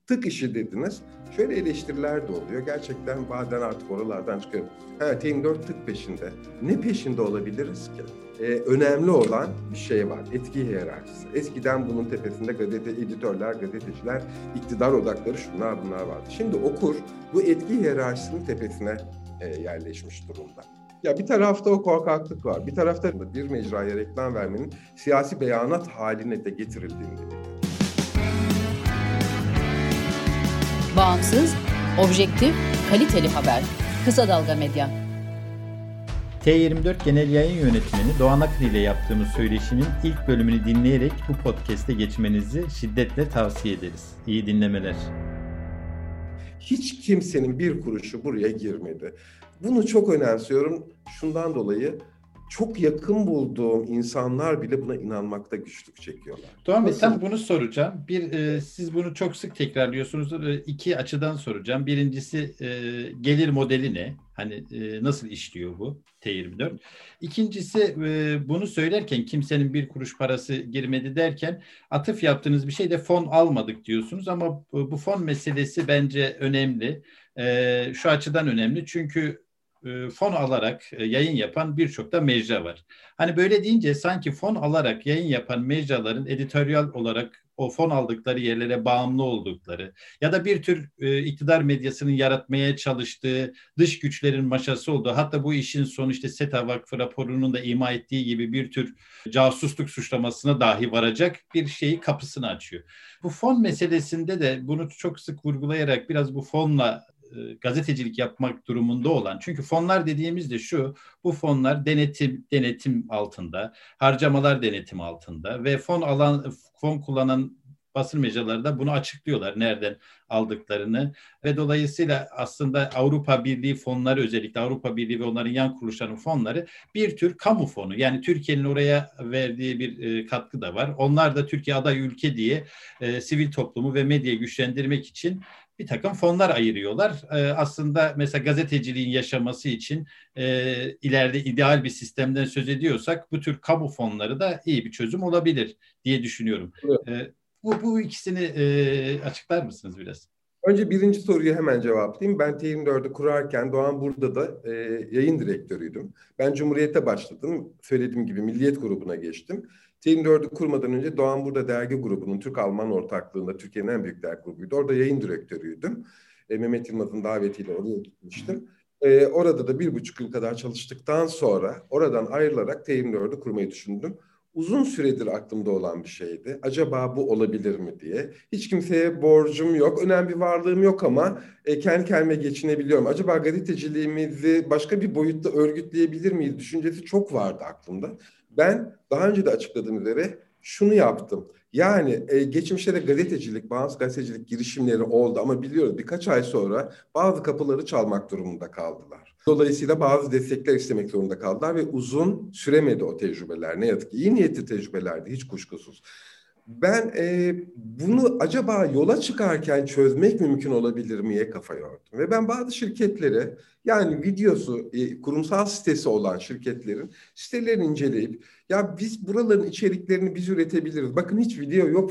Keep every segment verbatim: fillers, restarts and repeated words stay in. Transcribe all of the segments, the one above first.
tık işi dediniz. Şöyle eleştiriler de oluyor. Gerçekten bazen artık oralardan çıkıyor. Ha, T yirmi dört tık peşinde. Ne peşinde olabiliriz ki? Ee, önemli olan bir şey var. Etki hiyerarşisi. Eskiden bunun tepesinde gazete, editörler, gazeteciler, iktidar odakları şunlar bunlar vardı. Şimdi okur bu etki hiyerarşisinin tepesine e, yerleşmiş durumda. Ya bir tarafta o korkaklık var. Bir tarafta bir mecraya reklam vermenin siyasi beyanat haline de getirildiğini biliyor. Bağımsız, objektif, kaliteli haber. Kısa Dalga Medya. T yirmi dört Genel Yayın Yönetmeni Doğan Akın ile yaptığımız söyleşinin ilk bölümünü dinleyerek bu podcast'e geçmenizi şiddetle tavsiye ederiz. İyi dinlemeler. Hiç kimsenin bir kuruşu buraya girmedi. Bunu çok önemsiyorum. Şundan dolayı çok yakın bulduğum insanlar bile buna inanmakta güçlük çekiyorlar. Doğan Bey, tam bunu soracağım. Bir, e, siz bunu çok sık tekrarlıyorsunuz. E, iki açıdan soracağım. Birincisi e, gelir modeli ne? Hani e, nasıl işliyor bu T yirmi dört? İkincisi e, bunu söylerken kimsenin bir kuruş parası girmedi derken atıf yaptığınız bir şey de fon almadık diyorsunuz. Ama bu, bu fon meselesi bence önemli. E, şu açıdan önemli çünkü fon alarak yayın yapan birçok da mecra var. Hani böyle deyince sanki fon alarak yayın yapan mecraların editoryal olarak o fon aldıkları yerlere bağımlı oldukları ya da bir tür e, iktidar medyasının yaratmaya çalıştığı dış güçlerin maşası olduğu, hatta bu işin sonu işte SETA Vakfı raporunun da ima ettiği gibi bir tür casusluk suçlamasına dahi varacak bir şeyi kapısını açıyor. Bu fon meselesinde de bunu çok sık vurgulayarak biraz bu fonla gazetecilik yapmak durumunda olan. Çünkü fonlar dediğimizde şu, bu fonlar denetim denetim altında, harcamalar denetim altında ve fon alan fon kullanan basın mecraları da bunu açıklıyorlar nereden aldıklarını ve dolayısıyla aslında Avrupa Birliği fonları, özellikle Avrupa Birliği ve onların yan kuruluşlarının fonları bir tür kamu fonu. Yani Türkiye'nin oraya verdiği bir e, katkı da var. Onlar da Türkiye aday ülke diye e, sivil toplumu ve medyayı güçlendirmek için bir takım fonlar ayırıyorlar. Ee, aslında mesela gazeteciliğin yaşaması için e, ileride ideal bir sistemden söz ediyorsak bu tür kamu fonları da iyi bir çözüm olabilir diye düşünüyorum. Evet. Ee, bu, bu ikisini e, açıklar mısınız biraz? Önce birinci soruyu hemen cevaplayayım. Ben T yirmi dördü kurarken Doğan burada da e, yayın direktörüydüm. Ben Cumhuriyet'te başladım. Söylediğim gibi Milliyet grubuna geçtim. T yirmi dördü kurmadan önce Doğan Burada Dergi grubunun Türk-Alman ortaklığında Türkiye'nin en büyük dergi grubuydu. Orada yayın direktörüydüm. E, Mehmet Yılmaz'ın davetiyle oraya gitmiştim. E, orada da bir buçuk yıl kadar çalıştıktan sonra oradan ayrılarak T yirmi dördü kurmayı düşündüm. Uzun süredir aklımda olan bir şeydi. Acaba bu olabilir mi diye. Hiç kimseye borcum yok, önemli bir varlığım yok ama e, kendi kendime geçinebiliyorum. Acaba gazeteciliğimizi başka bir boyutta örgütleyebilir miyiz düşüncesi çok vardı aklımda. Ben daha önce de açıkladığım üzere şunu yaptım. Yani e, geçmişte de gazetecilik, bağımsız gazetecilik girişimleri oldu ama biliyoruz birkaç ay sonra bazı kapıları çalmak durumunda kaldılar. Dolayısıyla bazı destekler istemek zorunda kaldılar ve uzun süremedi o tecrübeler. Ne yazık ki iyi niyetli tecrübelerdi hiç kuşkusuz. Ben e, bunu acaba yola çıkarken çözmek mümkün olabilir miye kafa yordum. Ve ben bazı şirketlere yani videosu e, kurumsal sitesi olan şirketlerin sitelerini inceleyip ya biz buraların içeriklerini biz üretebiliriz. Bakın hiç video yok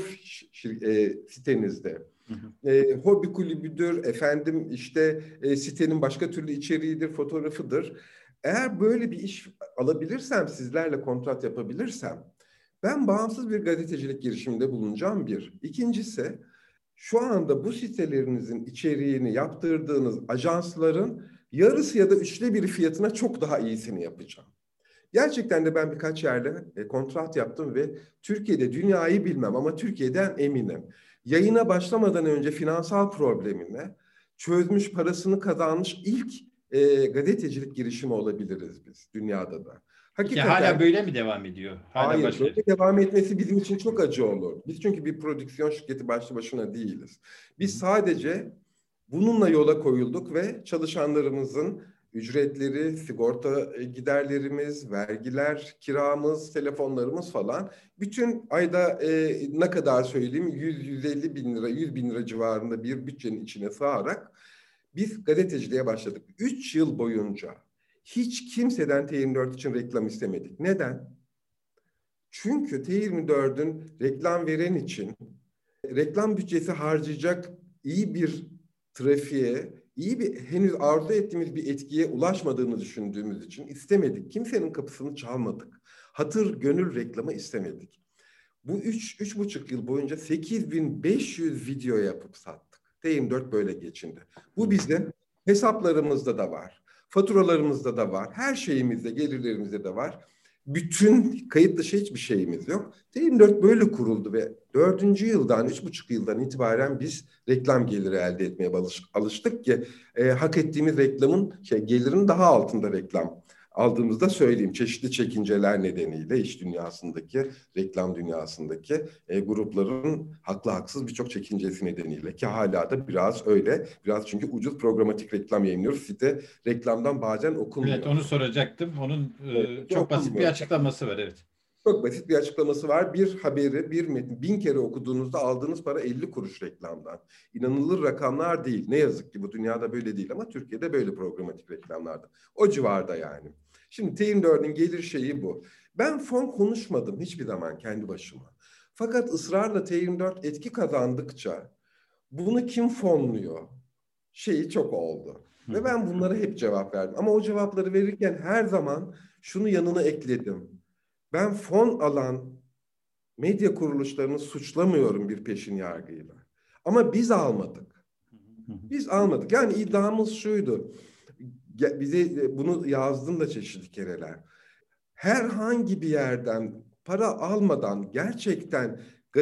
e, sitenizde. Hı hı. E, hobi kulübüdür, efendim işte e, sitenin başka türlü içeriğidir, fotoğrafıdır. Eğer böyle bir iş alabilirsem, sizlerle kontrat yapabilirsem, ben bağımsız bir gazetecilik girişiminde bulunacağım bir. İkincisi, şu anda bu sitelerinizin içeriğini yaptırdığınız ajansların yarısı ya da üçte biri fiyatına çok daha iyisini yapacağım. Gerçekten de ben birkaç yerle e, kontrat yaptım ve Türkiye'de dünyayı bilmem ama Türkiye'den eminim. Yayına başlamadan önce finansal problemini çözmüş, parasını kazanmış ilk e, gazetecilik girişimi olabiliriz biz dünyada da. Hakikaten, hala böyle mi devam ediyor? Hala hayır, başarı. böyle devam etmesi bizim için çok acı olur. Biz çünkü bir prodüksiyon şirketi başlı başına değiliz. Biz sadece bununla yola koyulduk ve çalışanlarımızın ücretleri, sigorta giderlerimiz, vergiler, kiramız, telefonlarımız falan bütün ayda e, ne kadar söyleyeyim yüz yüz elli bin lira, yüz bin lira civarında bir bütçenin içine sığarak biz gazeteciliğe başladık. Üç yıl boyunca hiç kimseden T yirmi dört için reklam istemedik. Neden? Çünkü T yirmi dördün reklam veren için reklam bütçesi harcayacak iyi bir trafiğe, iyi bir henüz arzu ettiğimiz bir etkiye ulaşmadığını düşündüğümüz için istemedik. Kimsenin kapısını çalmadık. Hatır, gönül reklamı istemedik. Bu üç, üç buçuk yıl boyunca sekiz bin beş yüz video yapıp sattık. T yirmi dört böyle geçindi. Bu bizde hesaplarımızda da var. Faturalarımızda da var. Her şeyimizde, gelirlerimizde de var. Bütün kayıt dışı hiçbir şeyimiz yok. T yirmi dört böyle kuruldu ve dördüncü yıldan, üç buçuk yıldan itibaren biz reklam geliri elde etmeye alıştık ki e, hak ettiğimiz reklamın, şey, gelirin daha altında reklam aldığımızda söyleyeyim. Çeşitli çekinceler nedeniyle iş dünyasındaki, reklam dünyasındaki e, grupların haklı haksız birçok çekincesi nedeniyle ki hala da biraz öyle. Biraz çünkü ucuz programatik reklam yayınlıyoruz. Site reklamdan bazen okunmuyor. Evet, onu soracaktım. Onun evet, e, çok basit bir açıklaması var. Evet. Çok basit bir açıklaması var. Bir haberi, bir metin bin kere okuduğunuzda aldığınız para elli kuruş reklamdan. İnanılır rakamlar değil. Ne yazık ki bu dünyada böyle değil ama Türkiye'de böyle programatik reklamlarda. O civarda yani. Şimdi T yirmi dördün gelir şeyi bu. Ben fon konuşmadım hiçbir zaman kendi başıma. Fakat ısrarla T yirmi dört etki kazandıkça bunu kim fonluyor şeyi çok oldu. Ve ben bunlara hep cevap verdim. Ama o cevapları verirken her zaman şunu yanına ekledim. Ben fon alan medya kuruluşlarını suçlamıyorum bir peşin yargıyla. Ama biz almadık. Biz almadık. Yani iddiamız şuydu. Bize bunu yazdım da çeşitli kereler. Herhangi bir yerden para almadan gerçekten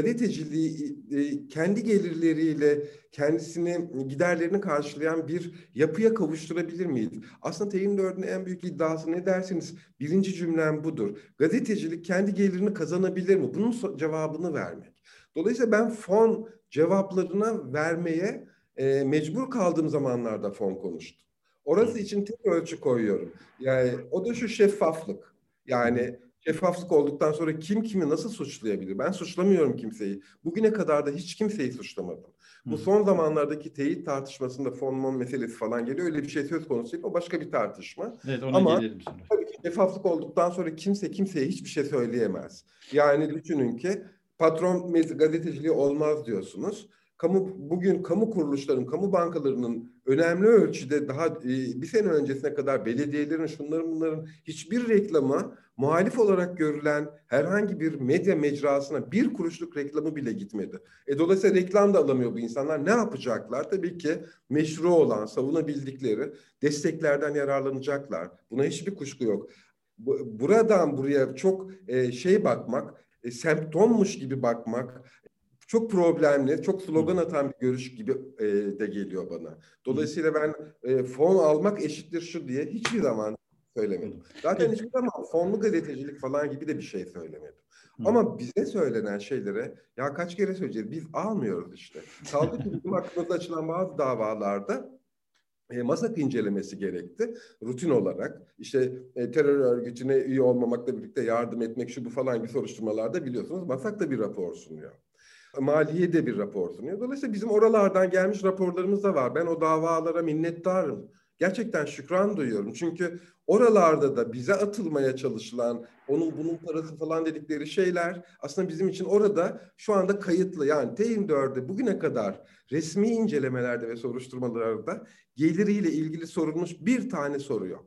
gazeteciliği kendi gelirleriyle kendisini giderlerini karşılayan bir yapıya kavuşturabilir miyiz? Aslında T yirmi dördün en büyük iddiası ne dersiniz? Birinci cümlem budur. Gazetecilik kendi gelirini kazanabilir mi? Bunun cevabını vermek. Dolayısıyla ben fon cevaplarına vermeye e, mecbur kaldığım zamanlarda fon konuştum. Orası için tek ölçü koyuyorum. Yani o da şu şeffaflık. Yani şeffaflık olduktan sonra kim kimi nasıl suçlayabilir? Ben suçlamıyorum kimseyi. Bugüne kadar da hiç kimseyi suçlamadım. Bu son zamanlardaki teyit tartışmasında fon mon meselesi falan geliyor. Öyle bir şey söz konusu değil. O başka bir tartışma. Evet, ona ama gelelim sonra. Tabii ki şeffaflık olduktan sonra kimse kimseye hiçbir şey söyleyemez. Yani düşünün ki patron gazeteciliği olmaz diyorsunuz. Kamu, bugün kamu kuruluşlarının, kamu bankalarının önemli ölçüde daha e, bir sene öncesine kadar belediyelerin, şunların bunların hiçbir reklama muhalif olarak görülen herhangi bir medya mecrasına bir kuruşluk reklamı bile gitmedi. E, dolayısıyla reklam da alamıyor bu insanlar. Ne yapacaklar? Tabii ki meşru olan, savunabildikleri desteklerden yararlanacaklar. Buna hiçbir kuşku yok. Bu, buradan buraya çok e, şey bakmak, e, semptommuş gibi bakmak, çok problemli, çok slogan atan bir görüş gibi e, de geliyor bana. Dolayısıyla ben e, fon almak eşittir şu diye hiçbir zaman söylemedim. Zaten hiçbir zaman fonlu gazetecilik falan gibi de bir şey söylemedim. Ama bize söylenen şeylere ya kaç kere söyleyeceğiz? Biz almıyoruz işte. Kaldı ki bizim hakkımızda açılan bazı davalarda E, MASAK incelemesi gerekti. Rutin olarak işte e, terör örgütüne üye olmamakla birlikte yardım etmek şu bu falan gibi soruşturmalarda biliyorsunuz MASAK da bir rapor sunuyor. Maliye de bir rapor sunuyor. Dolayısıyla bizim oralardan gelmiş raporlarımız da var. Ben o davalara minnettarım. Gerçekten şükran duyuyorum. Çünkü oralarda da bize atılmaya çalışılan onun bunun parası falan dedikleri şeyler aslında bizim için orada şu anda kayıtlı. Yani T yirmi dörtte bugüne kadar resmi incelemelerde ve soruşturmalarda geliriyle ilgili sorulmuş bir tane soru yok.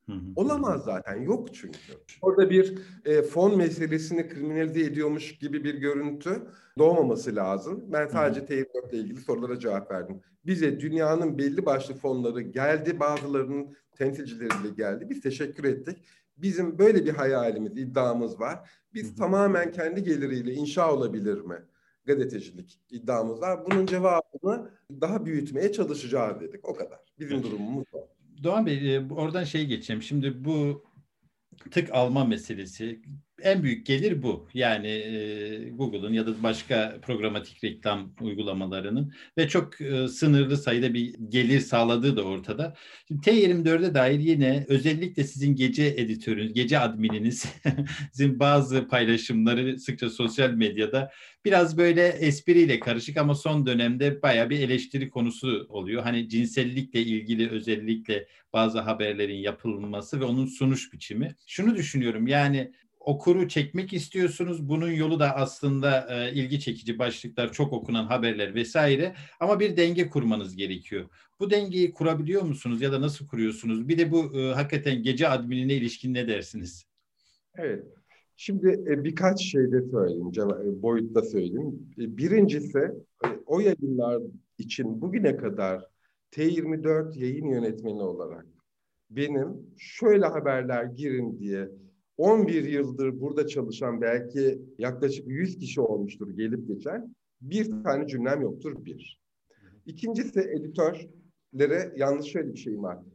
Olamaz zaten. Yok çünkü. Orada bir e, fon meselesini kriminalize ediyormuş gibi bir görüntü doğmaması lazım. Ben sadece T yirmi dört ile ilgili sorulara cevap verdim. Bize dünyanın belli başlı fonları geldi. Bazılarının temsilcileriyle geldi. Biz teşekkür ettik. Bizim böyle bir hayalimiz, iddiamız var. Biz hı hı. tamamen kendi geliriyle inşa olabilir mi? Gazetecilik iddiamız var. Bunun cevabını daha büyütmeye çalışacağız dedik. O kadar. Bizim evet. durumumuz o. Doğan Bey, oradan şey geçeceğim. Şimdi bu tık alma meselesi, en büyük gelir bu. Yani e, Google'ın ya da başka programatik reklam uygulamalarının ve çok e, sınırlı sayıda bir gelir sağladığı da ortada. Şimdi T yirmi dörde dair yine özellikle sizin gece editörünüz, gece admininiz, sizin bazı paylaşımları sıkça sosyal medyada biraz böyle espriyle karışık ama son dönemde bayağı bir eleştiri konusu oluyor. Hani cinsellikle ilgili özellikle bazı haberlerin yapılması ve onun sunuş biçimi. Şunu düşünüyorum, yani okuru çekmek istiyorsunuz. Bunun yolu da aslında e, ilgi çekici başlıklar, çok okunan haberler vesaire. Ama bir denge kurmanız gerekiyor. Bu dengeyi kurabiliyor musunuz ya da nasıl kuruyorsunuz? Bir de bu e, hakikaten gece adminine ilişkin ne dersiniz? Evet. Şimdi e, birkaç şey de söyleyeyim, ceva- e, boyutta söyleyeyim. E, Birincisi, e, o yayınlar için bugüne kadar T yirmi dört yayın yönetmeni olarak benim şöyle haberler girin diye on bir yıldır burada çalışan belki yaklaşık yüz kişi olmuştur gelip geçen, bir tane cümlem yoktur bir. İkincisi, editörlere yalnız şöyle bir şey var.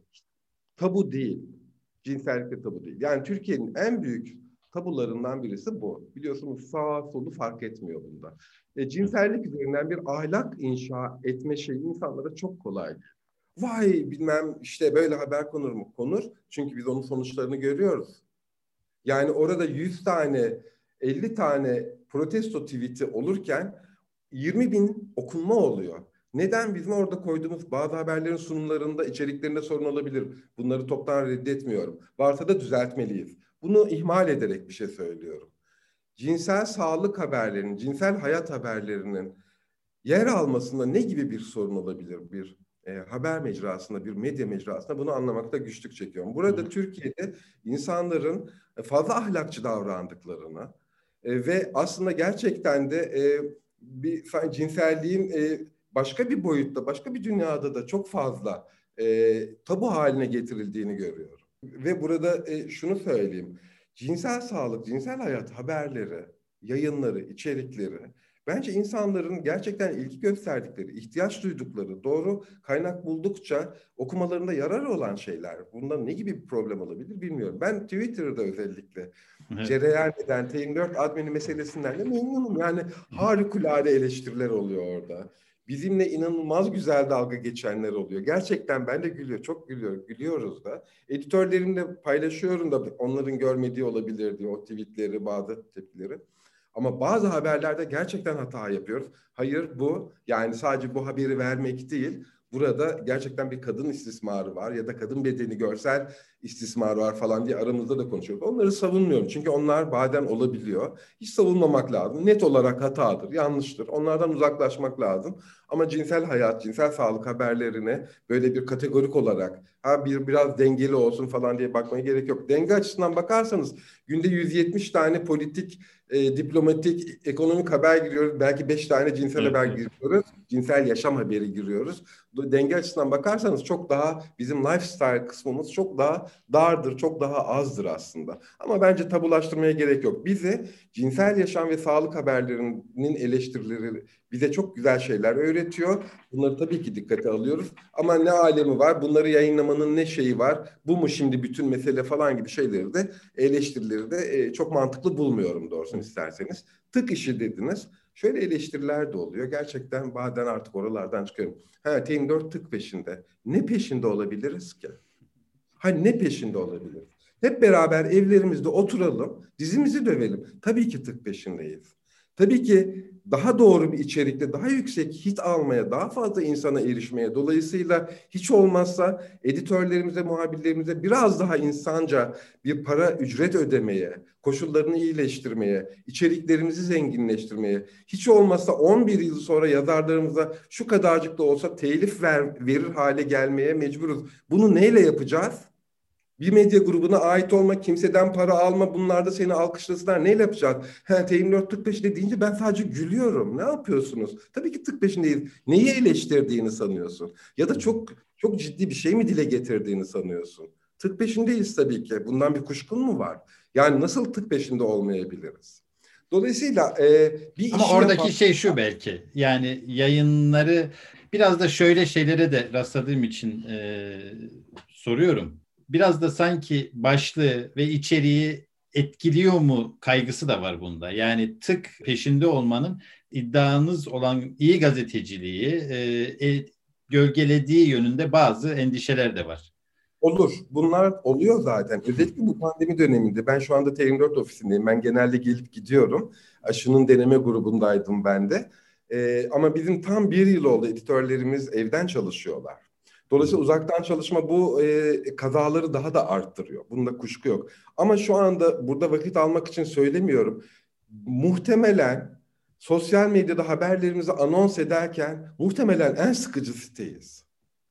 Tabu değil. Cinsellik de tabu değil. Yani Türkiye'nin en büyük tabularından birisi bu. Biliyorsunuz sağ solu fark etmiyor bunda. E, cinsellik üzerinden bir ahlak inşa etme şeyi insanlara çok kolay. Vay bilmem işte böyle haber konur mu? Konur. Çünkü biz onun sonuçlarını görüyoruz. Yani orada yüz tane, elli tane protesto tweet'i olurken yirmi bin okunma oluyor. Neden? Bizim orada koyduğumuz bazı haberlerin sunumlarında, içeriklerinde sorun olabilir. Bunları toptan reddetmiyorum. Varsa da düzeltmeliyiz. Bunu ihmal ederek bir şey söylüyorum. Cinsel sağlık haberlerinin, cinsel hayat haberlerinin yer almasında ne gibi bir sorun olabilir bir e, haber mecrasında, bir medya mecrasında, bunu anlamakta güçlük çekiyorum. Burada Türkiye'de insanların fazla ahlakçı davrandıklarını e, ve aslında gerçekten de e, bir cinselliğin e, başka bir boyutta, başka bir dünyada da çok fazla e, tabu haline getirildiğini görüyorum. Ve burada e, şunu söyleyeyim. Cinsel sağlık, cinsel hayat haberleri, yayınları, içerikleri bence insanların gerçekten ilgi gösterdikleri, ihtiyaç duydukları, doğru kaynak buldukça okumalarında yarar olan şeyler. Bundan ne gibi bir problem olabilir bilmiyorum. Ben Twitter'da özellikle evet. cereyan eden T yirmi dört admini meselesinden de memnunum. Yani harikulade eleştiriler oluyor orada. Bizimle inanılmaz güzel dalga geçenler oluyor. Gerçekten ben de gülüyor, çok gülüyor, gülüyoruz da. Editörlerimle paylaşıyorum da onların görmediği olabilir diye o tweetleri, bazı tepkileri. Ama bazı haberlerde gerçekten hata yapıyoruz. Hayır, bu yani sadece bu haberi vermek değil. Burada gerçekten bir kadın istismarı var ya da kadın bedeni görsel istismarı var falan diye aramızda da konuşuyoruz. Onları savunmuyorum çünkü onlar bazen olabiliyor. Hiç savunmamak lazım. Net olarak hatadır, yanlıştır. Onlardan uzaklaşmak lazım. Ama cinsel hayat, cinsel sağlık haberlerine böyle bir kategorik olarak ha bir biraz dengeli olsun falan diye bakmaya gerek yok. Denge açısından bakarsanız günde yüz yetmiş tane politik, e, diplomatik, ekonomik haber giriyoruz. Belki beş tane cinsel evet, haber evet. giriyoruz. Cinsel yaşam haberi giriyoruz. Denge açısından bakarsanız çok daha bizim lifestyle kısmımız çok daha dardır, çok daha azdır aslında. Ama bence tabulaştırmaya gerek yok. Bize cinsel yaşam ve sağlık haberlerinin eleştirileri bize çok güzel şeyler öğretiyor. Bunları tabii ki dikkate alıyoruz. Ama ne alemi var? Bunları yayınlamanın ne şeyi var? Bu mu şimdi bütün mesele falan gibi şeyleri de eleştirileri de çok mantıklı bulmuyorum doğrusunu isterseniz. Tık işi dediniz. Şöyle eleştiriler de oluyor. Gerçekten bazen artık oralardan çıkıyorum. Ha, T yirmi dört tık peşinde. Ne peşinde olabiliriz ki? Hani ne peşinde olabilir? Hep beraber evlerimizde oturalım, dizimizi dövelim. Tabii ki tık peşindeyiz. Tabii ki daha doğru bir içerikte, daha yüksek hit almaya, daha fazla insana erişmeye, dolayısıyla hiç olmazsa editörlerimize, muhabirlerimize biraz daha insanca bir para ücret ödemeye, koşullarını iyileştirmeye, içeriklerimizi zenginleştirmeye, hiç olmazsa on bir yıl sonra yazarlarımıza şu kadarcık da olsa telif ver, verir hale gelmeye mecburuz. Bunu neyle yapacağız? Bir medya grubuna ait olma, kimseden para alma, bunlar da seni alkışlasınlar. Neyle yapacağız? Ha, T yirmi dört tık peşinde deyince ben sadece gülüyorum. Ne yapıyorsunuz? Tabii ki tık peşindeyiz. Neyi eleştirdiğini sanıyorsun? Ya da çok çok ciddi bir şey mi dile getirdiğini sanıyorsun? Tık peşindeyiz tabii ki. Bundan bir kuşkun mu var? Yani nasıl tık peşinde olmayabiliriz? Dolayısıyla e, bir Ama işi oradaki yapan... şey şu belki. Yani yayınları biraz da şöyle şeylere de rastladığım için e, soruyorum. Biraz da sanki başlığı ve içeriği etkiliyor mu kaygısı da var bunda. Yani tık peşinde olmanın iddianız olan iyi gazeteciliği e, e, gölgelediği yönünde bazı endişeler de var. Olur. Bunlar oluyor zaten. Özellikle bu pandemi döneminde. Ben şu anda T yirmi dört ofisindeyim. Ben genelde gelip gidiyorum. Aşının deneme grubundaydım ben de. Ee, ama bizim tam bir yıl oldu. Editörlerimiz evden çalışıyorlar. Dolayısıyla uzaktan çalışma bu e, kazaları daha da arttırıyor. Bunda kuşku yok. Ama şu anda burada vakit almak için söylemiyorum. Muhtemelen sosyal medyada haberlerimizi anons ederken muhtemelen en sıkıcı siteyiz.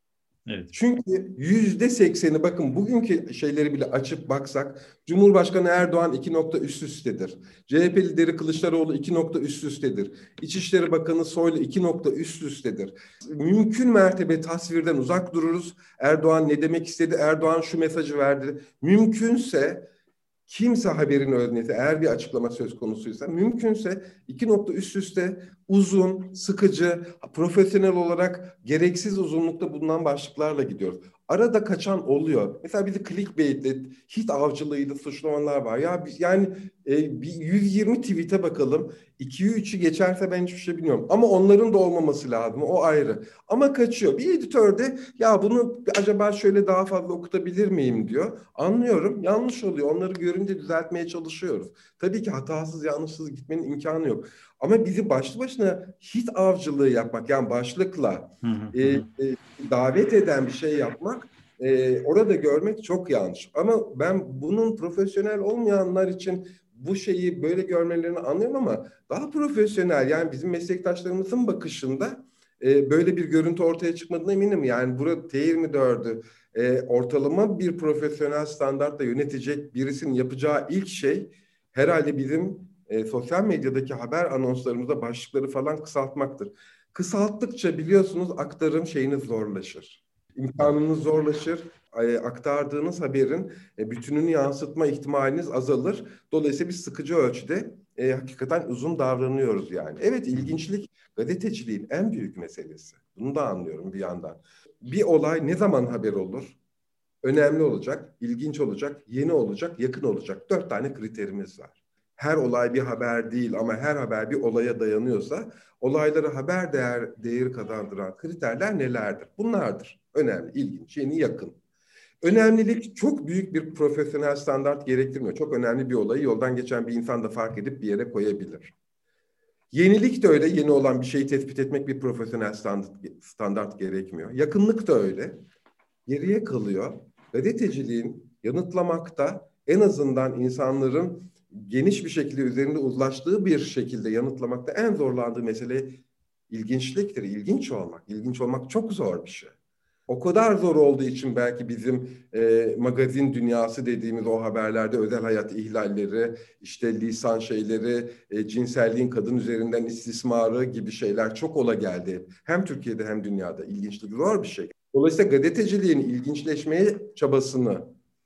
Evet. Çünkü yüzde sekseni bakın bugünkü şeyleri bile açıp baksak Cumhurbaşkanı Erdoğan iki nokta üst üstedir. C H P lideri Kılıçdaroğlu iki nokta üst üstedir. İçişleri Bakanı Soylu iki nokta üst üstedir. Mümkün mertebe tasvirden uzak dururuz. Erdoğan ne demek istedi? Erdoğan şu mesajı verdi. Mümkünse kimse haberin öznesi eğer bir açıklama söz konusuysa mümkünse iki nokta üst üste uzun, sıkıcı, profesyonel olarak gereksiz uzunlukta bulunan başlıklarla gidiyoruz. Arada kaçan oluyor. Mesela bizi clickbait'le, hit avcılığıyla suçlamalar var. Ya biz yani e, bir yüz yirmi tweet'e bakalım. ikiyi üçü geçerse ben hiçbir şey bilmiyorum. Ama onların da olmaması lazım. O ayrı. Ama kaçıyor. Bir editör de ya bunu acaba şöyle daha fazla okutabilir miyim diyor. Anlıyorum. Yanlış oluyor. Onları görünce düzeltmeye çalışıyoruz. Tabii ki hatasız yanlışsız gitmenin imkanı yok. Ama bizi başlı başına hit avcılığı yapmak yani başlıkla e, e, davet eden bir şey yapmak e, orada görmek çok yanlış. Ama ben bunun profesyonel olmayanlar için bu şeyi böyle görmelerini anlıyorum ama daha profesyonel yani bizim meslektaşlarımızın bakışında e, böyle bir görüntü ortaya çıkmadığına eminim. Yani burada T yirmi dördü e, ortalama bir profesyonel standartla yönetecek birisinin yapacağı ilk şey herhalde bizim e, sosyal medyadaki haber anonslarımızda başlıkları falan kısaltmaktır. Kısalttıkça biliyorsunuz aktarım şeyiniz zorlaşır. İmkanınız zorlaşır. E, aktardığınız haberin e, bütününü yansıtma ihtimaliniz azalır. Dolayısıyla biz sıkıcı ölçüde e, hakikaten uzun davranıyoruz yani. Evet ilginçlik gazeteciliğin en büyük meselesi. Bunu da anlıyorum bir yandan. Bir olay ne zaman haber olur? Önemli olacak, ilginç olacak, yeni olacak, yakın olacak. Dört tane kriterimiz var. Her olay bir haber değil ama her haber bir olaya dayanıyorsa olaylara haber değer, değeri kazandıran kriterler nelerdir? Bunlardır. Önemli, ilginç, yeni, yakın. Önemlilik çok büyük bir profesyonel standart gerektirmiyor. Çok önemli bir olayı yoldan geçen bir insan da fark edip bir yere koyabilir. Yenilik de öyle. Yeni olan bir şeyi tespit etmek bir profesyonel standart, standart gerekmiyor. Yakınlık da öyle. Geriye kalıyor. Gazeteciliğin yanıtlamakta en azından insanların geniş bir şekilde üzerinde uzlaştığı bir şekilde yanıtlamakta en zorlandığı mesele ilginçliktir. İlginç olmak. İlginç olmak çok zor bir şey. O kadar zor olduğu için belki bizim e, magazin dünyası dediğimiz o haberlerde özel hayat ihlalleri, işte lisan şeyleri, e, cinselliğin kadın üzerinden istismarı gibi şeyler çok ola geldi. Hem Türkiye'de hem dünyada ilginçlik zor bir şey. Dolayısıyla gazeteciliğin ilginçleşmeye çabasını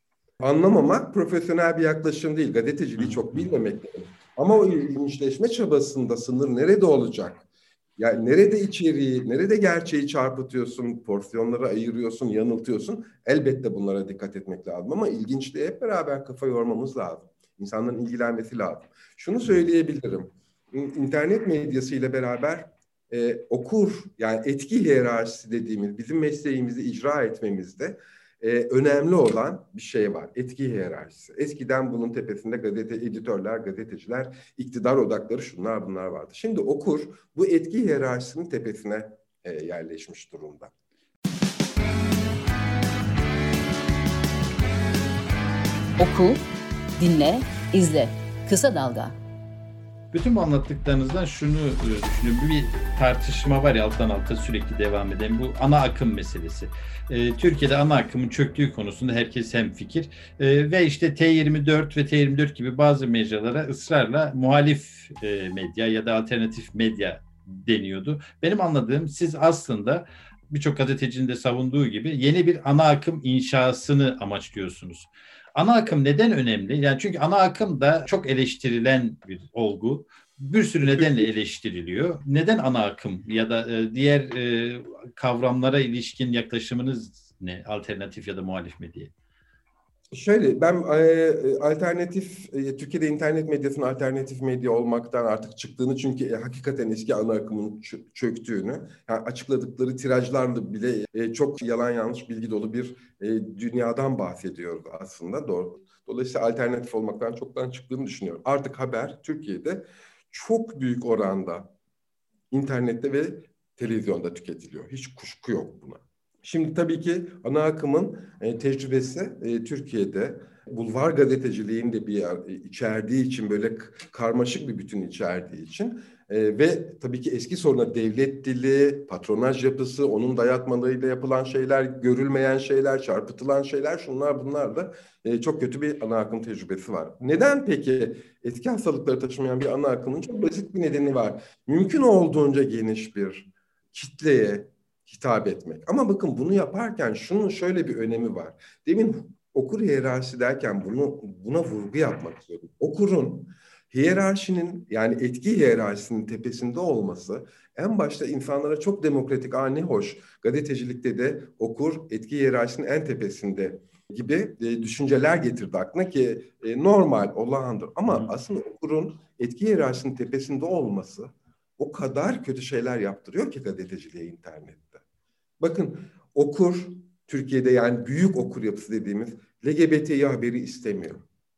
anlamamak profesyonel bir yaklaşım değil. Gazeteciliği çok bilmemek lazım. Ama o ilginçleşme çabasında sınır nerede olacak? Yani nerede içeriği, nerede gerçeği çarpıtıyorsun, porsiyonları ayırıyorsun, yanıltıyorsun. Elbette bunlara dikkat etmek lazım ama ilginçliğe hep beraber kafa yormamız lazım. İnsanların ilgilenmesi lazım. Şunu söyleyebilirim. İnternet medyasıyla beraber e, okur, yani etki hiyerarşisi dediğimiz bizim mesleğimizi icra etmemizde e, önemli olan bir şey var. Etki hiyerarşisi. Eskiden bunun tepesinde gazete editörler, gazeteciler, iktidar odakları şunlar bunlar vardı. Şimdi okur bu etki hiyerarşisinin tepesine e, yerleşmiş durumda. Oku, dinle, izle. Kısa Dalga. Bütün bu anlattıklarınızdan şunu düşünüyorum. Bir tartışma var ya alttan alta sürekli devam eden bu ana akım meselesi. Ee, Türkiye'de ana akımın çöktüğü konusunda herkes hemfikir. Ee, ve işte T yirmi dört ve T yirmi dört gibi bazı mecralara ısrarla muhalif e, medya ya da alternatif medya deniyordu. Benim anladığım siz aslında birçok gazetecinin de savunduğu gibi yeni bir ana akım inşasını amaçlıyorsunuz. Ana akım neden önemli? Yani çünkü ana akım da çok eleştirilen bir olgu. Bir sürü nedenle eleştiriliyor. Neden ana akım ya da e, diğer e, kavramlara ilişkin yaklaşımınız ne? Alternatif ya da muhalif medya? Şöyle ben e, alternatif e, Türkiye'de internet medyasının alternatif medya olmaktan artık çıktığını çünkü e, hakikaten eski ana akımın ç- çöktüğünü yani açıkladıkları tirajlarla bile e, çok yalan yanlış bilgi dolu bir e, dünyadan bahsediyoruz aslında doğru. Dolayısıyla alternatif olmaktan çoktan çıktığını düşünüyorum. Artık haber Türkiye'de çok büyük oranda internette ve televizyonda tüketiliyor. Hiç kuşku yok buna. Şimdi tabii ki ana akımın e, tecrübesi e, Türkiye'de bulvar gazeteciliğin de bir e, içerdiği için, böyle karmaşık bir bütün içerdiği için e, ve tabii ki eski soruna devlet dili, patronaj yapısı, onun dayatmalarıyla yapılan şeyler, görülmeyen şeyler, çarpıtılan şeyler, şunlar bunlar da e, çok kötü bir ana akım tecrübesi var. Neden peki etki hastalıkları taşımayan bir ana akımın? Çok basit bir nedeni var. Mümkün olduğunca geniş bir kitleye hitap etmek. Ama bakın bunu yaparken şunun şöyle bir önemi var. Demin okur hiyerarşisi derken bunu buna vurgu yapmak istiyorum. Okurun hiyerarşinin, yani etki hiyerarşisinin tepesinde olması en başta insanlara çok demokratik, ani hoş. Gazetecilikte de okur etki hiyerarşisinin en tepesinde gibi e, düşünceler getirdi aklına ki e, normal, olağandır. Ama Hı. aslında okurun etki hiyerarşisinin tepesinde olması o kadar kötü şeyler yaptırıyor ki gazeteciliğe internette. Bakın okur, Türkiye'de yani büyük okur yapısı dediğimiz L G B T haberi istemiyor.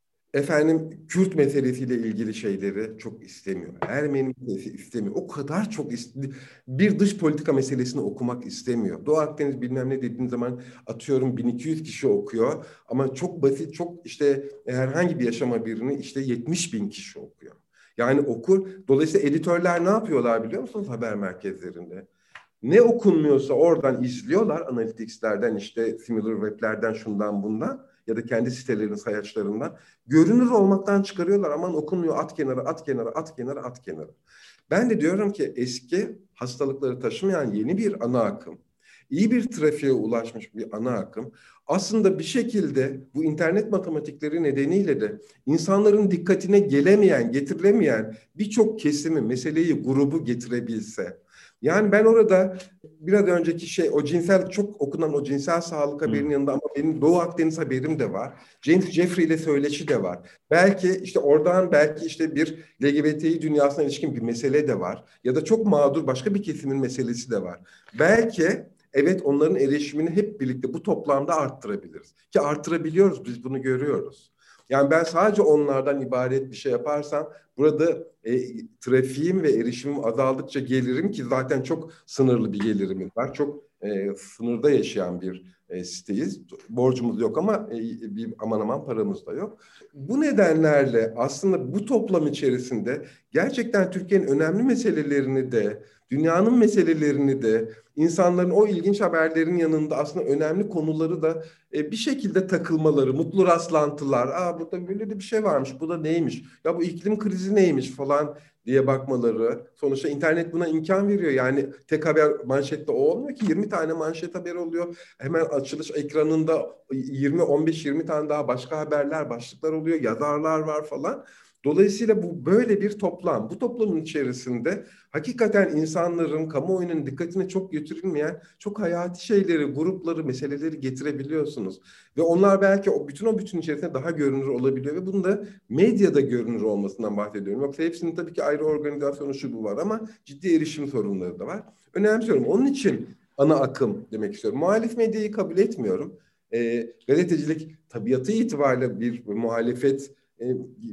Efendim Kürt meselesiyle ilgili şeyleri çok istemiyor. Ermeni meselesi istemiyor. O kadar çok ist- bir dış politika meselesini okumak istemiyor. Doğu Akdeniz bilmem ne dediğin zaman atıyorum bin iki yüz kişi okuyor. Ama çok basit, çok işte herhangi bir yaşam haberini işte yetmiş bin kişi okuyor. Yani okur. Dolayısıyla editörler ne yapıyorlar biliyor musunuz haber merkezlerinde? Ne okunmuyorsa oradan izliyorlar, Analytics'lerden, işte SimilarWeb'lerden, şundan bundan ya da kendi sitelerinin sayaçlarından. Görünür olmaktan çıkarıyorlar. Aman okunmuyor, at kenara, at kenara, at kenara, at kenara. Ben de diyorum ki eski hastalıkları taşımayan yeni bir ana akım, iyi bir trafiğe ulaşmış bir ana akım aslında bir şekilde bu internet matematikleri nedeniyle de insanların dikkatine gelemeyen, getirilemeyen birçok kesimi, meseleyi, grubu getirebilse. Yani ben orada biraz önceki şey, o cinsel, çok okunan o cinsel sağlık haberinin hmm. yanında ama benim Doğu Akdeniz haberim de var. James Jeffrey ile söyleşi de var. Belki işte oradan belki işte bir L G B T dünyasına ilişkin bir mesele de var. Ya da çok mağdur başka bir kesimin meselesi de var. Belki evet onların erişimini hep birlikte bu toplamda arttırabiliriz. Ki arttırabiliyoruz, biz bunu görüyoruz. Yani ben sadece onlardan ibaret bir şey yaparsam burada e, trafiğim ve erişimim azaldıkça gelirim, ki zaten çok sınırlı bir gelirimiz var. Çok e, sınırda yaşayan bir e, siteyiz. Borcumuz yok ama e, bir aman aman paramız da yok. Bu nedenlerle aslında bu toplam içerisinde gerçekten Türkiye'nin önemli meselelerini de, dünyanın meselelerini de, insanların o ilginç haberlerin yanında aslında önemli konuları da e, bir şekilde takılmaları, mutlu rastlantılar. Aa burada böyle de bir şey varmış, bu da neymiş? Ya bu iklim krizi neymiş falan diye bakmaları. Sonuçta internet buna imkan veriyor. Yani tek haber manşette o olmuyor ki, yirmi tane manşet haber oluyor. Hemen açılış ekranında yirmi on beş yirmi tane daha başka haberler, başlıklar oluyor, yazarlar var falan. Dolayısıyla bu böyle bir toplam. Bu toplamın içerisinde hakikaten insanların, kamuoyunun dikkatine çok götürülmeyen çok hayati şeyleri, grupları, meseleleri getirebiliyorsunuz. Ve onlar belki o bütün o bütün içerisinde daha görünür olabiliyor ve bunun da medyada görünür olmasından bahsediyorum. Yoksa hepsinin tabii ki ayrı organizasyonu şu bu var ama ciddi erişim sorunları da var. Önemsiyorum. Onun için ana akım demek istiyorum. Muhalif medyayı kabul etmiyorum. E, gazetecilik tabiatı itibariyle bir muhalefet E,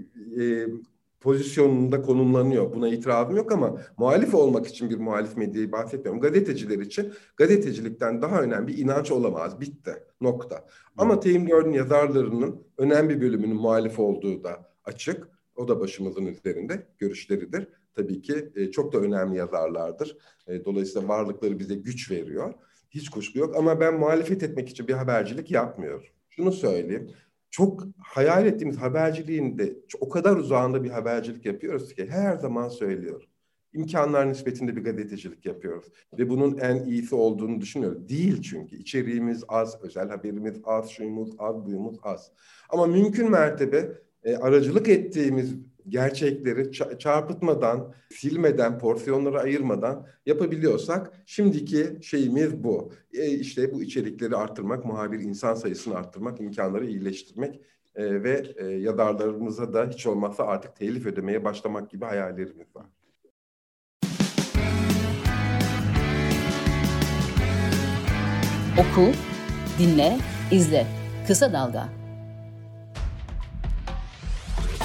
e, pozisyonunda konumlanıyor. Buna itirazım yok ama muhalif olmak için bir muhalif medyayı bahsetmiyorum. Gazeteciler için gazetecilikten daha önemli bir inanç olamaz. Bitti. Nokta. Ama T yirmi dördün yazarlarının önemli bir bölümünün muhalif olduğu da açık. O da başımızın üzerinde görüşleridir. Tabii ki e, çok da önemli yazarlardır. E, dolayısıyla varlıkları bize güç veriyor. Hiç kuşku yok ama ben muhalefet etmek için bir habercilik yapmıyorum. Şunu söyleyeyim. Çok hayal ettiğimiz haberciliğin de o kadar uzağında bir habercilik yapıyoruz ki her zaman söylüyorum. İmkanlar nispetinde bir gazetecilik yapıyoruz. Ve bunun en iyisi olduğunu düşünüyoruz. Değil çünkü. İçeriğimiz az, özel haberimiz az, şuyumuz az, buyumuz az. Ama mümkün mertebe e, aracılık ettiğimiz gerçekleri çarpıtmadan, silmeden, porsiyonları ayırmadan yapabiliyorsak şimdiki şeyimiz bu. E işte bu içerikleri arttırmak, muhabir insan sayısını arttırmak, imkanları iyileştirmek e, ve e, yazarlarımıza da hiç olmazsa artık telif ödemeye başlamak gibi hayallerimiz var. Oku, dinle, izle. Kısa Dalga.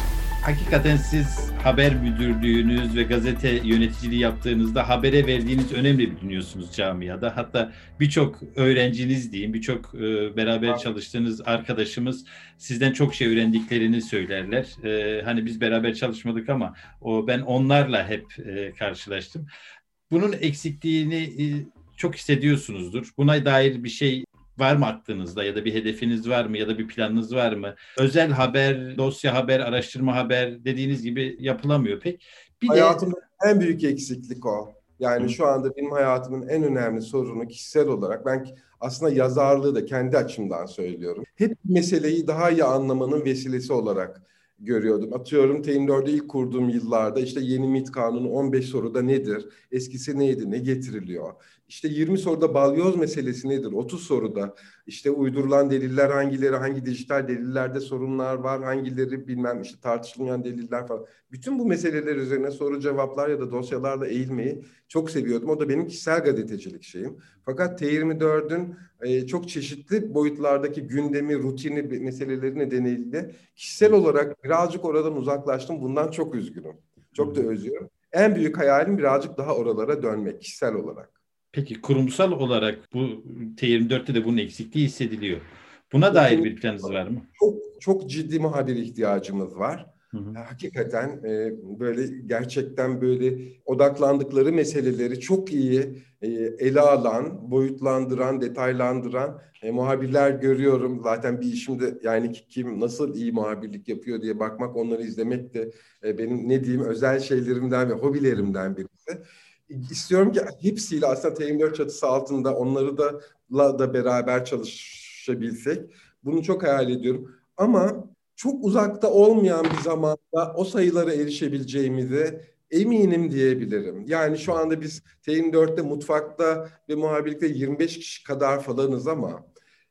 hakikaten siz haber müdürlüğünüz ve gazete yöneticiliği yaptığınızda habere verdiğiniz önemli biliyorsunuz camiada. Hatta birçok öğrenciniz diyeyim, birçok e, beraber çalıştığınız arkadaşımız sizden çok şey öğrendiklerini söylerler. E, hani biz beraber çalışmadık ama o ben onlarla hep e, karşılaştım. Bunun eksikliğini e, çok hissediyorsunuzdur. Buna dair bir şey var mı aklınızda ya da bir hedefiniz var mı ya da bir planınız var mı? Özel haber, dosya haber, araştırma haber dediğiniz gibi yapılamıyor pek. Bir de Hayatımda en büyük eksiklik o. Yani Hı. şu anda benim hayatımın en önemli sorunu kişisel olarak ben aslında yazarlığı da kendi açımdan söylüyorum. Hep meseleyi daha iyi anlamanın vesilesi olarak görüyordum. Atıyorum T yirmi dördü ilk kurduğum yıllarda işte yeni MİT kanunu on beş soruda nedir? Eskisi neydi? Ne getiriliyor? İşte yirmi soruda balyoz meselesi nedir? otuz soruda işte uydurulan deliller hangileri, hangi dijital delillerde sorunlar var, hangileri bilmem işte tartışılmayan deliller falan. Bütün bu meseleler üzerine soru cevaplar ya da dosyalarla eğilmeyi çok seviyordum. O da benim kişisel gazetecilik şeyim. Fakat T yirmi dördün e, çok çeşitli boyutlardaki gündemi, rutini meseleleri nedeniyle kişisel olarak birazcık oradan uzaklaştım. Bundan çok üzgünüm. Çok da özlüyorum. En büyük hayalim birazcık daha oralara dönmek kişisel olarak. Peki kurumsal olarak bu T yirmi dörtte de bunun eksikliği hissediliyor. Buna dair Kesinlikle bir planınız var mı? çok çok ciddi muhabir ihtiyacımız var. Hı hı. Hakikaten e, böyle gerçekten böyle odaklandıkları meseleleri çok iyi e, ele alan, boyutlandıran, detaylandıran e, muhabirler görüyorum. Zaten bir işimde yani kim nasıl iyi muhabirlik yapıyor diye bakmak, onları izlemek de e, benim ne diyeyim özel şeylerimden ve hobilerimden birisi. İstiyorum ki hepsiyle aslında T yirmi dört çatısı altında onları da da beraber çalışabilsek. Bunu çok hayal ediyorum. Ama çok uzakta olmayan bir zamanda o sayılara erişebileceğimize eminim diyebilirim. Yani şu anda biz T yirmi dörtte mutfakta ve muhabirlikte yirmi beş kişi kadar falanız ama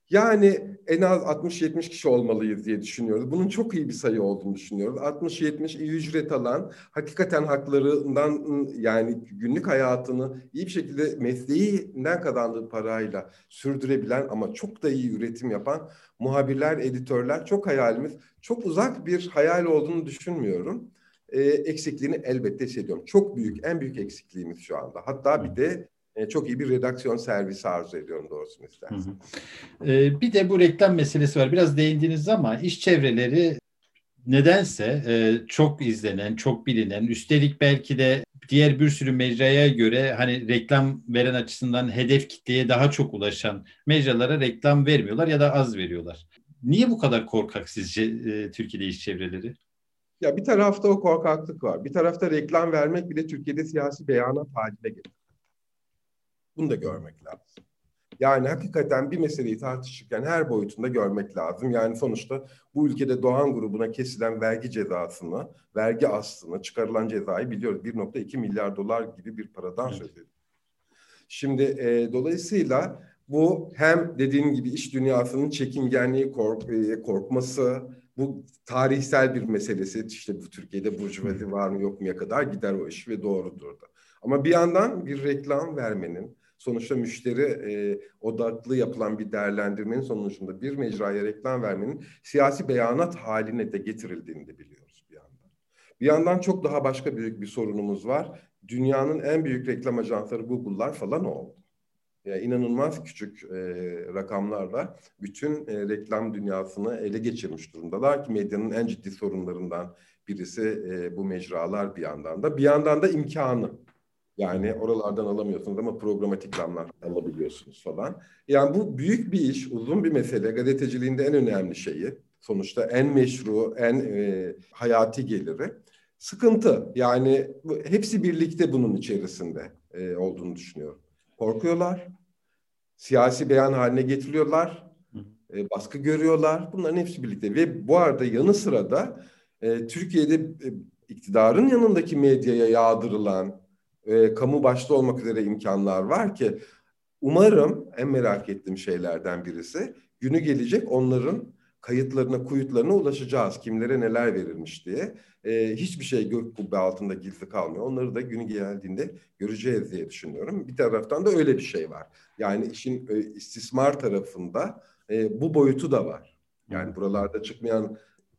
yani en az altmış yetmiş kişi olmalıyız diye düşünüyoruz. Bunun çok iyi bir sayı olduğunu düşünüyoruz. altmış yetmiş iyi ücret alan, hakikaten haklarından yani günlük hayatını iyi bir şekilde mesleğinden kazandığı parayla sürdürebilen ama çok da iyi üretim yapan muhabirler, editörler çok hayalimiz. Çok uzak bir hayal olduğunu düşünmüyorum. Ee, eksikliğini elbette hissediyorum. Çok büyük, en büyük eksikliğimiz şu anda. Hatta bir de e, çok iyi bir redaksiyon servisi arzu ediyorum doğrusunu istersen. Hı hı. Ee, bir de bu reklam meselesi var. Biraz değindiniz ama iş çevreleri nedense e, çok izlenen, çok bilinen, üstelik belki de diğer bir sürü mecraya göre hani reklam veren açısından hedef kitleye daha çok ulaşan mecralara reklam vermiyorlar ya da az veriyorlar. Niye bu kadar korkak sizce e, Türkiye'de iş çevreleri? Ya bir tarafta o korkaklık var. Bir tarafta reklam vermek bile Türkiye'de siyasi beyanat haline gelir. Bunu da görmek lazım. Yani hakikaten bir meseleyi tartışırken her boyutunda görmek lazım. Yani sonuçta bu ülkede Doğan grubuna kesilen vergi cezasını, vergi aslını, çıkarılan cezayı biliyoruz. bir nokta iki milyar dolar gibi bir paradan söz ediyoruz. Şimdi e, dolayısıyla bu hem dediğim gibi iş dünyasının çekingenliği, kork, e, korkması, bu tarihsel bir meselesi. İşte bu Türkiye'de burjuvazi var mı yok muya kadar gider o iş ve doğrudur da. Ama bir yandan bir reklam vermenin, sonuçta müşteri e, odaklı yapılan bir değerlendirmenin sonucunda bir mecraya reklam vermenin siyasi beyanat haline de getirildiğini de biliyoruz bir yandan. Bir yandan çok daha başka büyük bir sorunumuz var. Dünyanın en büyük reklam ajansları Google'lar falan oldu. Yani inanılmaz küçük e, rakamlarla bütün e, reklam dünyasını ele geçirmiş durumdalar ki medyanın en ciddi sorunlarından birisi e, bu mecralar bir yandan da. Bir yandan da imkanı. Yani oralardan alamıyorsunuz ama programatik reklamlar alabiliyorsunuz falan. Yani bu büyük bir iş, uzun bir mesele. Gazeteciliğin de en önemli şeyi. Sonuçta en meşru, en e, hayati geliri. Sıkıntı. Yani bu, hepsi birlikte bunun içerisinde e, olduğunu düşünüyorum. Korkuyorlar, siyasi beyan haline getiriyorlar, e, baskı görüyorlar. Bunların hepsi birlikte. Ve bu arada yanı sıra da e, Türkiye'de e, iktidarın yanındaki medyaya yağdırılan, e, kamu başta olmak üzere imkanlar var ki umarım en merak ettiğim şeylerden birisi günü gelecek onların kayıtlarına, kuyutlarına ulaşacağız. Kimlere neler verilmiş diye. E, hiçbir şey gök kubbe altında gizli kalmıyor. Onları da günü geldiğinde göreceğiz diye düşünüyorum. Bir taraftan da öyle bir şey var. Yani işin e, istismar tarafında e, bu boyutu da var. Yani buralarda çıkmayan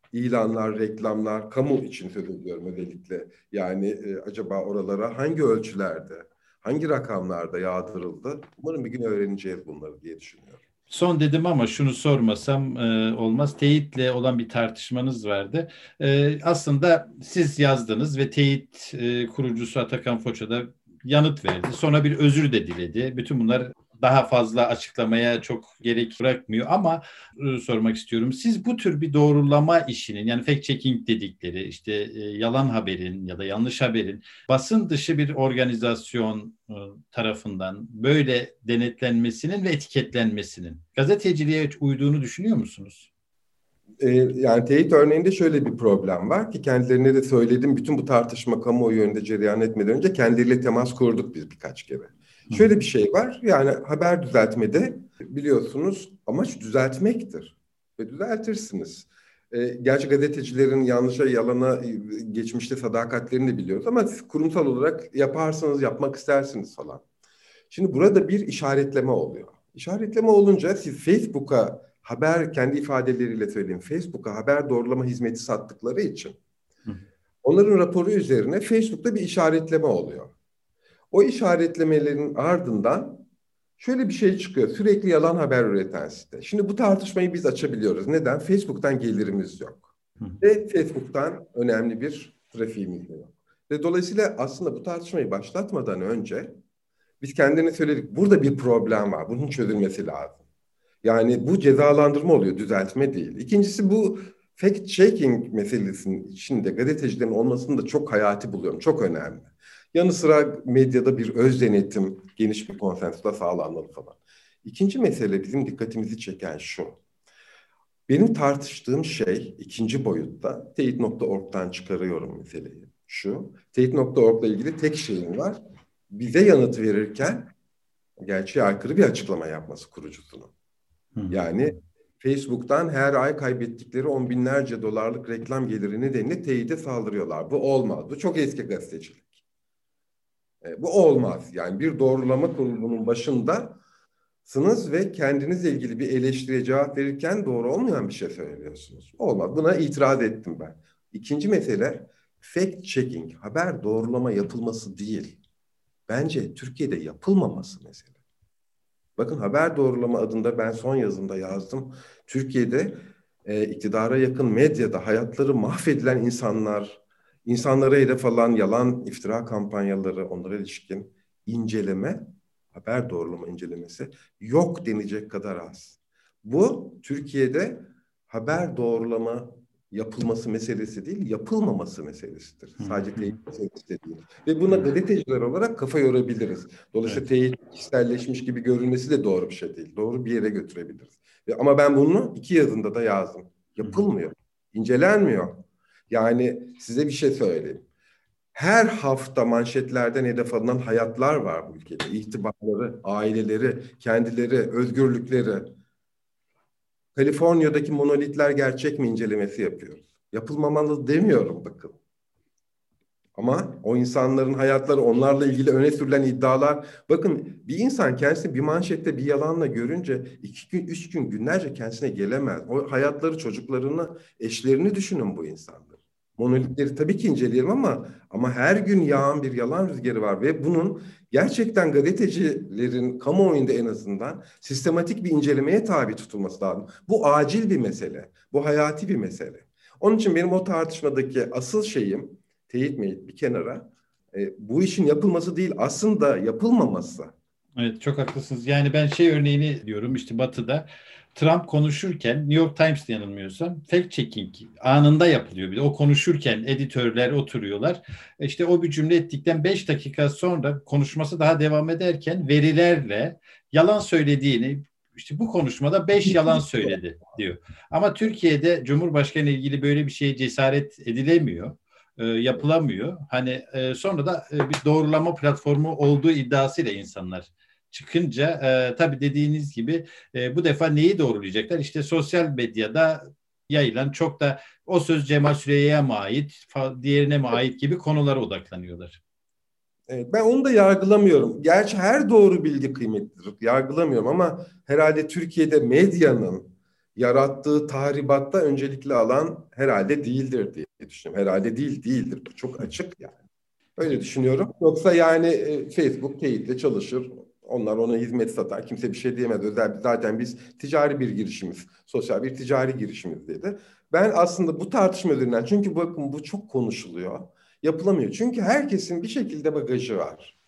ilanlar, reklamlar, kamu için söz ediyorum özellikle. Yani e, acaba oralara hangi ölçülerde, hangi rakamlarda yağdırıldı? Umarım bir gün öğreneceğiz bunları diye düşünüyorum. Son dedim ama şunu sormasam e, olmaz. Teyit'le olan bir tartışmanız vardı. E, aslında siz yazdınız ve Teyit e, kurucusu Atakan Foça da yanıt verdi. Sonra bir özür de diledi. Bütün bunlar daha fazla açıklamaya çok gerek bırakmıyor ama e, sormak istiyorum. Siz bu tür bir doğrulama işinin, yani fact checking dedikleri, işte e, yalan haberin ya da yanlış haberin basın dışı bir organizasyon e, tarafından böyle denetlenmesinin ve etiketlenmesinin gazeteciliğe uyduğunu düşünüyor musunuz? Ee, yani teyit örneğinde şöyle bir problem var ki kendilerine de söyledim. Bütün bu tartışma kamuoyu önünde cereyan etmeden önce kendileriyle temas kurduk biz birkaç kere. Şöyle bir şey var, yani haber düzeltmede biliyorsunuz amaç düzeltmektir ve düzeltirsiniz. Ee, gerçi gazetecilerin yanlışa, yalana, geçmişte sadakatlerini de biliyoruz ama siz kurumsal olarak yaparsanız, yapmak istersiniz falan. Şimdi burada bir işaretleme oluyor. İşaretleme olunca siz Facebook'a haber, kendi ifadeleriyle söyleyeyim, Facebook'a haber doğrulama hizmeti sattıkları için onların raporu üzerine Facebook'ta bir işaretleme oluyor. O işaretlemelerin ardından şöyle bir şey çıkıyor. Sürekli yalan haber üreten site. Şimdi bu tartışmayı biz açabiliyoruz. Neden? Facebook'tan gelirimiz yok. Ve Facebook'tan önemli bir trafiğimiz yok. Ve dolayısıyla aslında bu tartışmayı başlatmadan önce biz kendine söyledik. Burada bir problem var. Bunun çözülmesi lazım. Yani bu cezalandırma oluyor, düzeltme değil. İkincisi, bu fact checking meselesinin içinde gazetecilerin olmasını da çok hayati buluyorum. Çok önemli. Yanı sıra medyada bir öz denetim, geniş bir konsensusla sağlanmalı falan. İkinci mesele, bizim dikkatimizi çeken şu. Benim tartıştığım şey ikinci boyutta teyit nokta org'dan çıkarıyorum meseleyi. Şu, teyit nokta org'la ilgili tek şeyim var. Bize yanıt verirken gerçeğe aykırı bir açıklama yapması kurucusunun. Yani Facebook'tan her ay kaybettikleri on binlerce dolarlık reklam geliri nedeniyle teyide saldırıyorlar. Bu olmaz. Bu çok eski gazetecilik. E, bu olmaz. Yani bir doğrulama kurulunun başındasınız ve kendinizle ilgili bir eleştiriye cevap verirken doğru olmayan bir şey söylüyorsunuz. Olmaz. Buna itiraz ettim ben. İkinci mesele fact checking, haber doğrulama yapılması değil. Bence Türkiye'de yapılmaması mesele. Bakın, haber doğrulama adında ben son yazımda yazdım. Türkiye'de e, iktidara yakın medyada hayatları mahvedilen insanlar, insanlara hedef alan yalan, iftira kampanyaları, onlara ilişkin inceleme, haber doğrulama incelemesi yok denecek kadar az. Bu Türkiye'de haber doğrulama yapılması meselesi değil, yapılmaması meselesidir. Sadece teyit meselesi de değil. Ve buna gazeteciler olarak kafa yorabiliriz. Dolayısıyla evet, teyit kişiselleşmiş gibi görünmesi de doğru bir şey değil. Doğru bir yere götürebiliriz. Ve, ama ben bunu iki yazında da yazdım. Yapılmıyor. İncelenmiyor. Yani size bir şey söyleyeyim. Her hafta manşetlerden hedef alınan hayatlar var bu ülkede. İhtibarları, aileleri, kendileri, özgürlükleri. Kaliforniya'daki monolitler gerçek mi incelemesi yapıyoruz. Yapılmamalı demiyorum, bakın. Ama o insanların hayatları, onlarla ilgili öne sürülen iddialar. Bakın, bir insan kendisini bir manşette bir yalanla görünce iki gün, üç gün, günlerce kendisine gelemez. O hayatları, çocuklarını, eşlerini düşünün bu insanları. Monolitleri tabii ki inceleyelim ama ama her gün yağan bir yalan rüzgarı var ve bunun gerçekten gazetecilerin kamuoyunda en azından sistematik bir incelemeye tabi tutulması lazım. Bu acil bir mesele. Bu hayati bir mesele. Onun için benim o tartışmadaki asıl şeyim, teyit meyit bir kenara, e, bu işin yapılması değil, aslında yapılmaması. Evet, çok haklısınız. Yani ben şey örneğini diyorum, işte Batı'da Trump konuşurken, New York Times'te yanılmıyorsam, fact checking anında yapılıyor. Bir de o konuşurken editörler oturuyorlar. İşte o bir cümle ettikten beş dakika sonra konuşması daha devam ederken verilerle yalan söylediğini, işte bu konuşmada beş yalan söyledi diyor. Ama Türkiye'de Cumhurbaşkanı ile ilgili böyle bir şeye cesaret edilemiyor. E, yapılamıyor. Hani e, sonra da e, bir doğrulama platformu olduğu iddiasıyla insanlar çıkınca e, tabii dediğiniz gibi e, bu defa neyi doğrulayacaklar? İşte sosyal medyada yayılan, çok da o söz Cemal Süreyya'ya mı ait, fa, diğerine mi ait gibi konulara odaklanıyorlar. Evet, ben onu da yargılamıyorum. Gerçi her doğru bilgi kıymetlidir. Yargılamıyorum ama herhalde Türkiye'de medyanın yarattığı tahribatta öncelikli alan herhalde değildir diye düşünüyorum. Herhalde değil, değildir. Bu çok açık yani. Öyle düşünüyorum. Yoksa yani e, Facebook teyitle çalışır. Onlar ona hizmet satar. Kimse bir şey diyemez. Özel, zaten biz ticari bir girişimiz. Sosyal bir ticari girişimiz dedi. Ben aslında bu tartışma üzerinden, çünkü bakın bu çok konuşuluyor. Yapılamıyor. Çünkü herkesin bir şekilde bagajı var.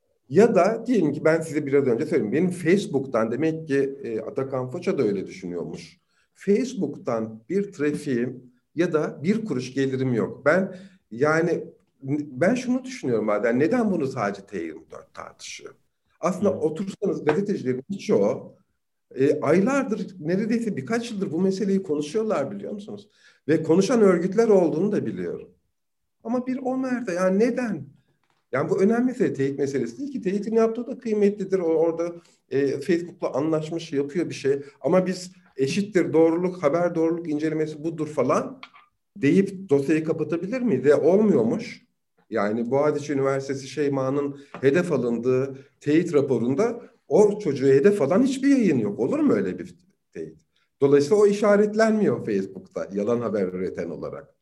Ya da diyelim ki ben size biraz önce söyleyeyim. Benim Facebook'tan, demek ki e, Atakan Foça da öyle düşünüyormuş. Facebook'tan bir trafiğim ya da bir kuruş gelirim yok. Ben yani ben şunu düşünüyorum bazen. Neden bunu sadece T yirmi dört tartışıyor? Aslında Hı. otursanız gazetecilerin birçoğu e, aylardır, neredeyse birkaç yıldır bu meseleyi konuşuyorlar, biliyor musunuz? Ve konuşan örgütler olduğunu da biliyorum. Ama bir onlar da yani neden? Yani bu önemli mesele, teyit meselesi değil ki. Teyitin yaptığı da kıymetlidir. O orada e, Facebook'la anlaşmış, yapıyor bir şey. Ama biz eşittir doğruluk, haber doğruluk incelemesi budur falan deyip dosyayı kapatabilir miyiz? Ve olmuyormuş. Yani Boğaziçi Üniversitesi Şeyma'nın hedef alındığı teyit raporunda o çocuğu hedef alan hiçbir yayın yok. Olur mu öyle bir teyit? Dolayısıyla o işaretlenmiyor Facebook'ta yalan haber üreten olarak.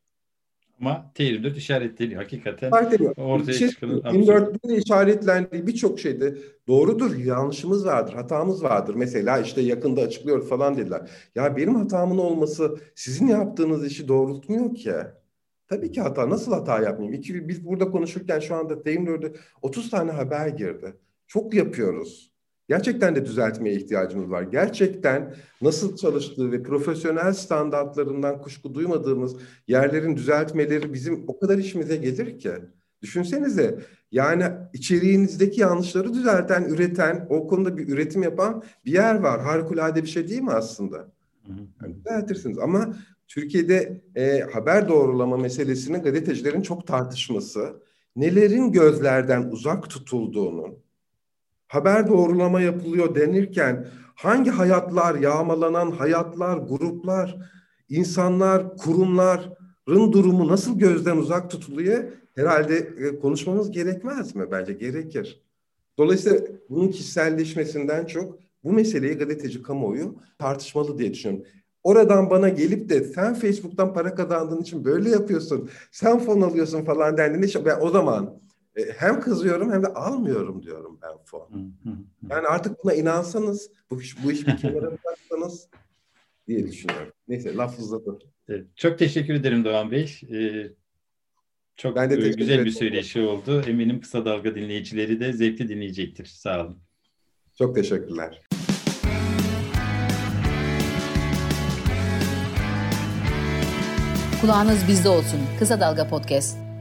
Ama T yirmi dört işaretleniyor. Hakikaten ortaya şey, çıkan T yirmi dört'ün işaretlendiği birçok şeyde doğrudur, yanlışımız vardır, hatamız vardır. Mesela işte yakında açıklıyoruz falan dediler. Ya benim hatamın olması sizin yaptığınız işi doğrultmuyor ki. Tabii ki hata. Nasıl hata yapmayayım? İki, biz burada konuşurken şu anda T yirmi dört'e otuz tane haber girdi. Çok yapıyoruz. Gerçekten de düzeltmeye ihtiyacımız var. Gerçekten nasıl çalıştığı ve profesyonel standartlarından kuşku duymadığımız yerlerin düzeltmeleri bizim o kadar işimize gelir ki. Düşünsenize, yani içeriğinizdeki yanlışları düzelten, üreten, o konuda bir üretim yapan bir yer var. Harikulade bir şey değil mi aslında? Yani düzeltirsiniz ama Türkiye'de e, haber doğrulama meselesini gazetecilerin çok tartışması, nelerin gözlerden uzak tutulduğunu, haber doğrulama yapılıyor denirken hangi hayatlar, yağmalanan hayatlar, gruplar, insanlar, kurumların durumu nasıl gözden uzak tutuluyor? Herhalde e, konuşmamız gerekmez mi? Bence gerekir. Dolayısıyla bunun kişiselleşmesinden çok bu meseleyi gazeteci kamuoyu tartışmalı diye düşünüyorum. Oradan bana gelip de sen Facebook'tan para kazandığın için böyle yapıyorsun, sen fon alıyorsun falan dendiğinde ben o zaman hem kızıyorum hem de almıyorum diyorum ben fon. Yani artık buna inansanız, bu iş, bu iş bir kenara bıraksanız diye düşünüyorum. Neyse, laf uzadı. Evet, çok teşekkür ederim Doğan Bey. Ee, çok ben de güzel bir söyleşi oldu. Eminim Kısa Dalga dinleyicileri de zevkli dinleyecektir. Sağ olun. Çok teşekkürler. Kulağınız bizde olsun. Kısa Dalga Podcast.